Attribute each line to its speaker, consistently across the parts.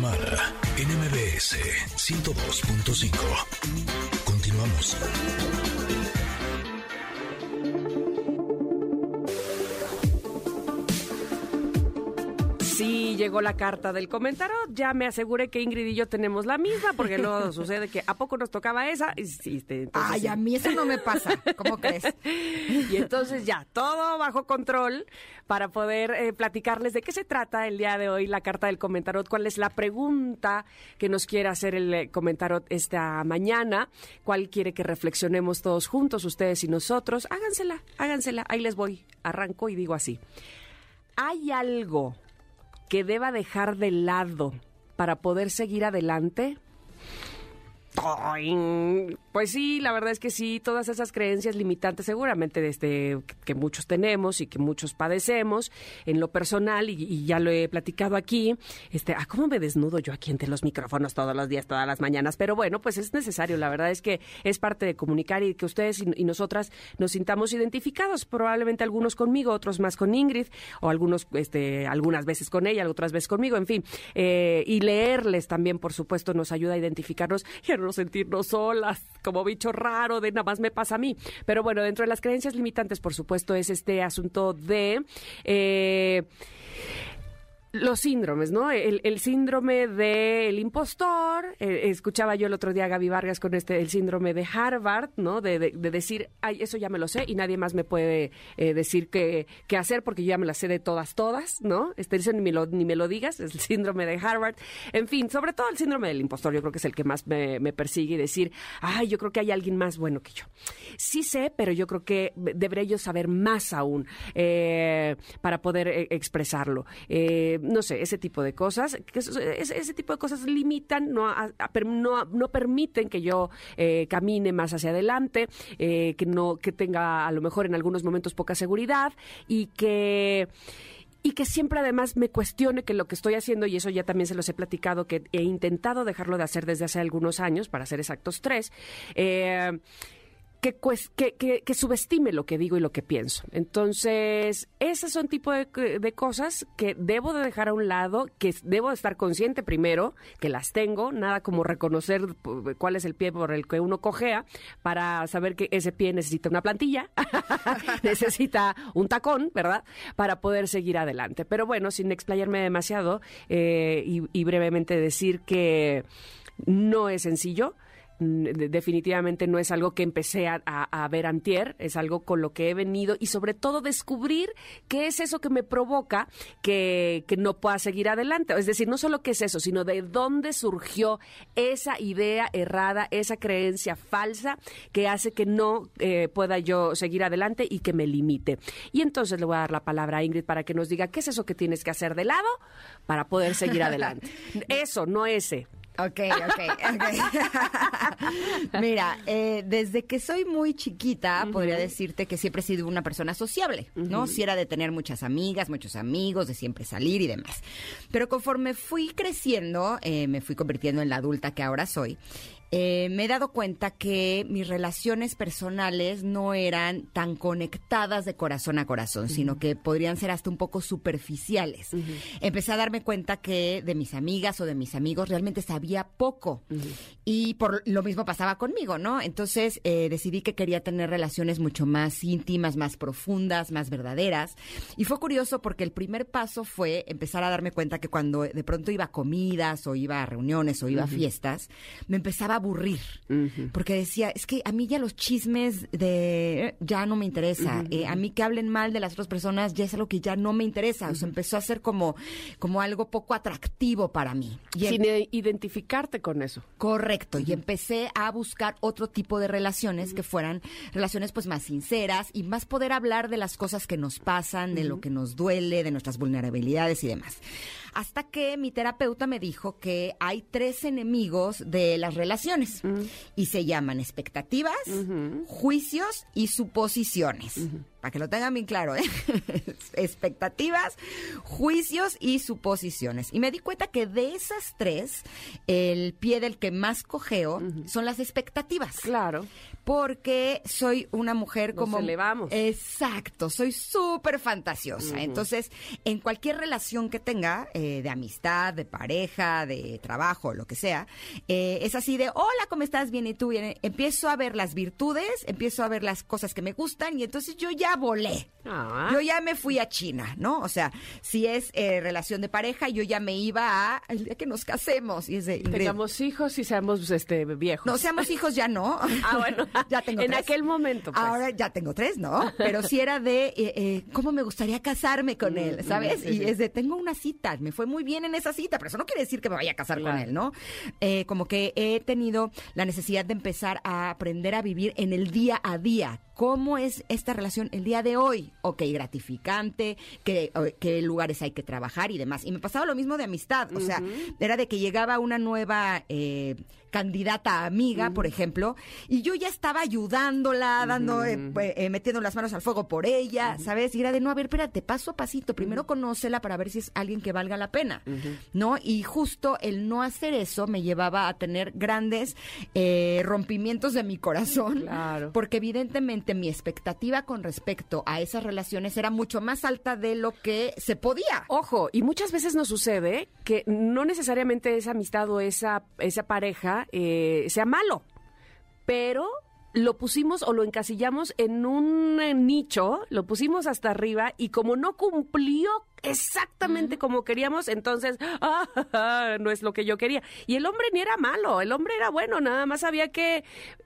Speaker 1: Mara, en MBS 102.5. Continuamos.
Speaker 2: Sí, llegó la carta del comentario. Ya me aseguré que Ingrid y yo tenemos la misma, porque luego sucede que ¿a poco nos tocaba esa? Y sí, entonces,
Speaker 3: ay, a mí eso no me pasa. ¿Cómo crees?
Speaker 2: Y entonces ya, todo bajo control para poder platicarles de qué se trata el día de hoy la carta del comentarot, cuál es la pregunta que nos quiere hacer el comentarot esta mañana, cuál quiere que reflexionemos todos juntos, ustedes y nosotros. Hágansela, ahí les voy. Arranco y digo así. ¿Hay algo que deba dejar de lado para poder seguir adelante? Pues sí, la verdad es que sí, todas esas creencias limitantes seguramente que muchos tenemos y que muchos padecemos en lo personal, y ya lo he platicado aquí, ¿cómo me desnudo yo aquí entre los micrófonos todos los días, todas las mañanas? Pero bueno, pues es necesario, la verdad es que es parte de comunicar y que ustedes y nosotras nos sintamos identificados, probablemente algunos conmigo, otros más con Ingrid, o algunos algunas veces con ella, otras veces conmigo, en fin, y leerles también, por supuesto, nos ayuda a identificarnos y a no sentirnos solas, como bicho raro de nada más me pasa a mí. Pero bueno, dentro de las creencias limitantes, por supuesto, es este asunto de los síndromes, ¿no? El síndrome del impostor. Escuchaba yo el otro día a Gaby Vargas con el síndrome de Harvard, ¿no? De decir, ay, eso ya me lo sé y nadie más me puede decir qué hacer porque yo ya me la sé de todas, ¿no? Eso ni me lo digas, es el síndrome de Harvard. En fin, sobre todo el síndrome del impostor, yo creo que es el que más me persigue, y decir, ay, yo creo que hay alguien más bueno que yo. Sí sé, pero yo creo que debería yo saber más aún para poder expresarlo. No sé, ese tipo de cosas, ese tipo de cosas limitan, no permiten que yo camine más hacia adelante, que tenga a lo mejor en algunos momentos poca seguridad y que siempre además me cuestione que lo que estoy haciendo, y eso ya también se los he platicado, que he intentado dejarlo de hacer desde hace algunos años, para ser exactos 3, que subestime lo que digo y lo que pienso. Entonces, esos son tipo de cosas que debo de dejar a un lado, que debo de estar consciente primero, que las tengo, nada como reconocer cuál es el pie por el que uno cojea, para saber que ese pie necesita una plantilla, necesita un tacón, ¿verdad?, para poder seguir adelante. Pero bueno, sin explayarme demasiado y brevemente decir que no es sencillo. Definitivamente no es algo que empecé a ver antier, es algo con lo que he venido, y sobre todo descubrir qué es eso que me provoca que no pueda seguir adelante. Es decir, no solo qué es eso, sino de dónde surgió esa idea errada, esa creencia falsa que hace que no pueda yo seguir adelante y que me limite. Y entonces le voy a dar la palabra a Ingrid para que nos diga qué es eso que tienes que hacer de lado para poder seguir adelante. Eso, no ese.
Speaker 3: Ok. Mira, desde que soy muy chiquita, podría decirte que siempre he sido una persona sociable, ¿no? Sí era de tener muchas amigas, muchos amigos, de siempre salir y demás. Pero conforme fui creciendo, me fui convirtiendo en la adulta que ahora soy, me he dado cuenta que mis relaciones personales no eran tan conectadas de corazón a corazón, sino que podrían ser hasta un poco superficiales. Empecé a darme cuenta que de mis amigas o de mis amigos realmente sabía poco. Y por lo mismo pasaba conmigo, ¿no? Entonces decidí que quería tener relaciones mucho más íntimas, más profundas, más verdaderas. Y fue curioso porque el primer paso fue empezar a darme cuenta que cuando de pronto iba a comidas o iba a reuniones o iba a fiestas, me empezaba a aburrir, porque decía, es que a mí ya los chismes ya no me interesa, a mí que hablen mal de las otras personas ya es algo que ya no me interesa, o sea, empezó a ser como algo poco atractivo para mí.
Speaker 2: Sin identificarte con eso.
Speaker 3: Correcto, y empecé a buscar otro tipo de relaciones que fueran relaciones pues más sinceras y más poder hablar de las cosas que nos pasan, de lo que nos duele, de nuestras vulnerabilidades y demás. Hasta que mi terapeuta me dijo que hay 3 enemigos de las relaciones y se llaman expectativas, juicios y suposiciones. Para que lo tengan bien claro, expectativas, juicios y suposiciones. Y me di cuenta que de esas 3, el pie del que más cojeo son las expectativas.
Speaker 2: Claro.
Speaker 3: porque soy una mujer como...
Speaker 2: Nos elevamos.
Speaker 3: Exacto, soy súper fantasiosa. Entonces, en cualquier relación que tenga, de amistad, de pareja, de trabajo, lo que sea, es así de, hola, ¿cómo estás? Bien, ¿y tú? Bien. Empiezo a ver las virtudes, empiezo a ver las cosas que me gustan y entonces yo ya volé. Yo ya me fui a China, ¿no? O sea, si es relación de pareja, yo ya me iba a el día que nos casemos. Y es de,
Speaker 2: tengamos hijos y seamos viejos.
Speaker 3: No, seamos hijos ya no.
Speaker 2: Bueno.
Speaker 3: Ya tengo
Speaker 2: en
Speaker 3: 3.
Speaker 2: aquel momento, pues.
Speaker 3: Ahora ya tengo 3, ¿no? Pero sí era de cómo me gustaría casarme con él, ¿sabes?
Speaker 2: Sí,
Speaker 3: y
Speaker 2: sí.
Speaker 3: es de, tengo una cita, me fue muy bien en esa cita, pero eso no quiere decir que me vaya a casar con él, ¿no? Como que he tenido la necesidad de empezar a aprender a vivir en el día a día. ¿Cómo es esta relación el día de hoy? Ok, gratificante, qué lugares hay que trabajar y demás. Y me pasaba lo mismo de amistad, o sea, era de que llegaba una nueva candidata amiga, por ejemplo, y yo ya estaba ayudándola, dando, metiendo las manos al fuego por ella, ¿sabes? Y era de, no, a ver, espérate, paso a pasito, primero conócela para ver si es alguien que valga la pena, ¿no? Y justo el no hacer eso me llevaba a tener grandes rompimientos de mi corazón,
Speaker 2: Claro.
Speaker 3: porque evidentemente mi expectativa con respecto a esas relaciones era mucho más alta de lo que se podía.
Speaker 2: Ojo, y muchas veces nos sucede que no necesariamente esa amistad o esa pareja sea malo, pero lo pusimos o lo encasillamos en un nicho, lo pusimos hasta arriba y como no cumplió exactamente como queríamos, entonces no es lo que yo quería. Y el hombre ni era malo, el hombre era bueno, nada más había que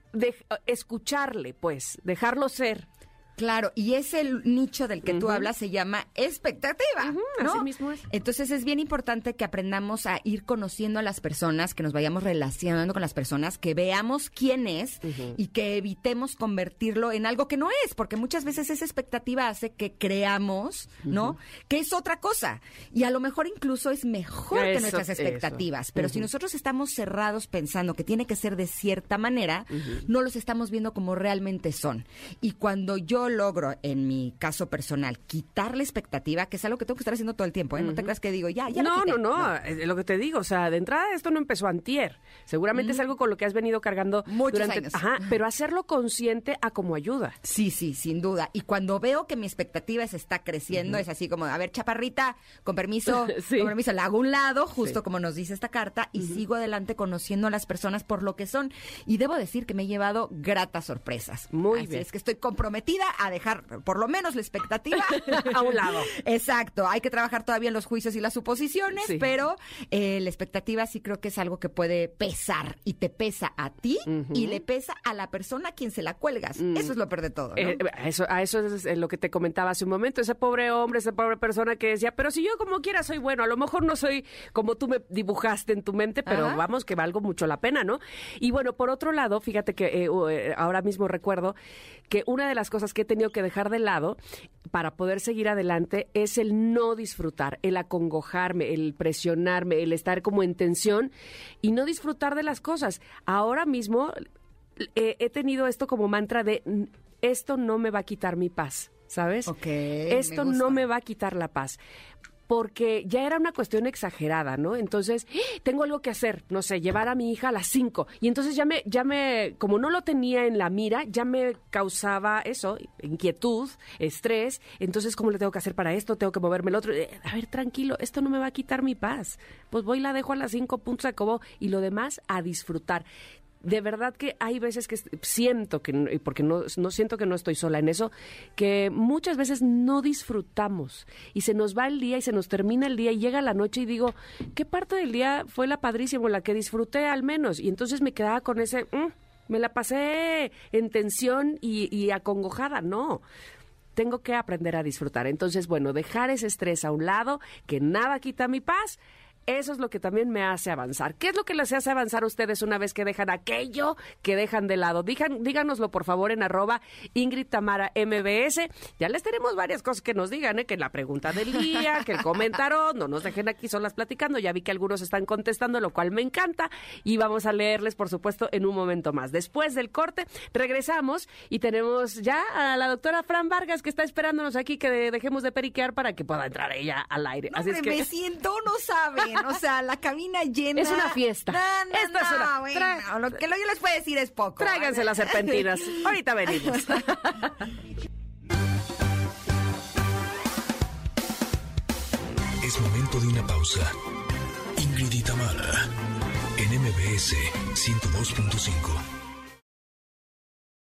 Speaker 2: escucharle, pues, dejarlo ser.
Speaker 3: Claro, y ese nicho del que tú hablas se llama expectativa, ¿no?
Speaker 2: Así mismo es.
Speaker 3: Entonces es bien importante que aprendamos a ir conociendo a las personas, que nos vayamos relacionando con las personas, que veamos quién es y que evitemos convertirlo en algo que no es, porque muchas veces esa expectativa hace que creamos, ¿no? Que es otra cosa. Y a lo mejor incluso es mejor que nuestras expectativas. Pero si nosotros estamos cerrados pensando que tiene que ser de cierta manera, no los estamos viendo como realmente son. Y cuando yo logro, en mi caso personal, quitar la expectativa, que es algo que tengo que estar haciendo todo el tiempo, ¿eh? No te creas que digo, ya
Speaker 2: No,
Speaker 3: la quité.
Speaker 2: no, es lo que te digo, o sea, de entrada esto no empezó antier. Seguramente es algo con lo que has venido cargando
Speaker 3: Muchos
Speaker 2: durante
Speaker 3: años.
Speaker 2: pero hacerlo consciente a como ayuda.
Speaker 3: Sí, sin duda. Y cuando veo que mi expectativa se está creciendo, es así como, a ver, chaparrita, con permiso,
Speaker 2: Sí.
Speaker 3: con permiso, la hago a un lado, justo
Speaker 2: Sí.
Speaker 3: como nos dice esta carta, y sigo adelante conociendo a las personas por lo que son. Y debo decir que me he llevado gratas sorpresas.
Speaker 2: Muy
Speaker 3: Así
Speaker 2: bien.
Speaker 3: es que estoy comprometida a dejar por lo menos la expectativa
Speaker 2: A un lado.
Speaker 3: Exacto. Hay que trabajar todavía en los juicios y las suposiciones,
Speaker 2: Sí.
Speaker 3: pero la expectativa sí creo que es algo que puede pesar, y te pesa a ti y le pesa a la persona a quien se la cuelgas. Eso es lo peor de todo, ¿no?
Speaker 2: A eso es lo que te comentaba hace un momento, ese pobre hombre, esa pobre persona que decía, pero si yo como quiera soy bueno, a lo mejor no soy como tú me dibujaste en tu mente, pero
Speaker 3: Ajá.
Speaker 2: vamos, que valgo mucho la pena, ¿no? Y bueno, por otro lado, fíjate que ahora mismo recuerdo que una de las cosas que he tenido que dejar de lado para poder seguir adelante es el no disfrutar, el acongojarme, el presionarme, el estar como en tensión y no disfrutar de las cosas. Ahora mismo he tenido esto como mantra de esto no me va a quitar mi paz, ¿sabes?
Speaker 3: Ok,
Speaker 2: esto
Speaker 3: me gusta.
Speaker 2: no me va a quitar la paz. Porque ya era una cuestión exagerada, ¿no? Entonces, tengo algo que hacer, no sé, llevar a mi hija a las 5. Y entonces ya me, como no lo tenía en la mira, ya me causaba eso, inquietud, estrés. Entonces, ¿cómo le tengo que hacer para esto? Tengo que moverme el otro. A ver, tranquilo, esto no me va a quitar mi paz. Pues voy y la dejo a las 5, puntos, se acabó. Y lo demás, a disfrutar. De verdad que hay veces que siento que, porque no siento que no estoy sola en eso, que muchas veces no disfrutamos y se nos va el día y se nos termina el día y llega la noche y digo, ¿qué parte del día fue la padrísima, la que disfruté al menos? Y entonces me quedaba con ese, me la pasé en tensión y acongojada, no. Tengo que aprender a disfrutar. Entonces, bueno, dejar ese estrés a un lado, que nada quita mi paz. Eso es lo que también me hace avanzar. ¿Qué es lo que les hace avanzar a ustedes una vez que dejan aquello que dejan de lado? Díganoslo, por favor, en @IngridTamaraMBS. Ya les tenemos varias cosas que nos digan, que la pregunta del día, que el comentario, no nos dejen aquí solas platicando. Ya vi que algunos están contestando, lo cual me encanta. Y vamos a leerles, por supuesto, en un momento más. Después del corte, regresamos y tenemos ya a la doctora Fran Vargas, que está esperándonos aquí que dejemos de periquear para que pueda entrar ella al aire.
Speaker 3: No,
Speaker 2: Así es
Speaker 3: hombre,
Speaker 2: que...
Speaker 3: me siento, no sabes. paren, o sea, la cabina llena.
Speaker 2: Es una fiesta.
Speaker 3: Esto es una... Bueno, lo que yo les puedo decir es poco.
Speaker 2: Tráiganse las serpentinas. Ahorita venimos.
Speaker 1: Es momento de una pausa. Ingrid y Tamara, en MBS 102.5.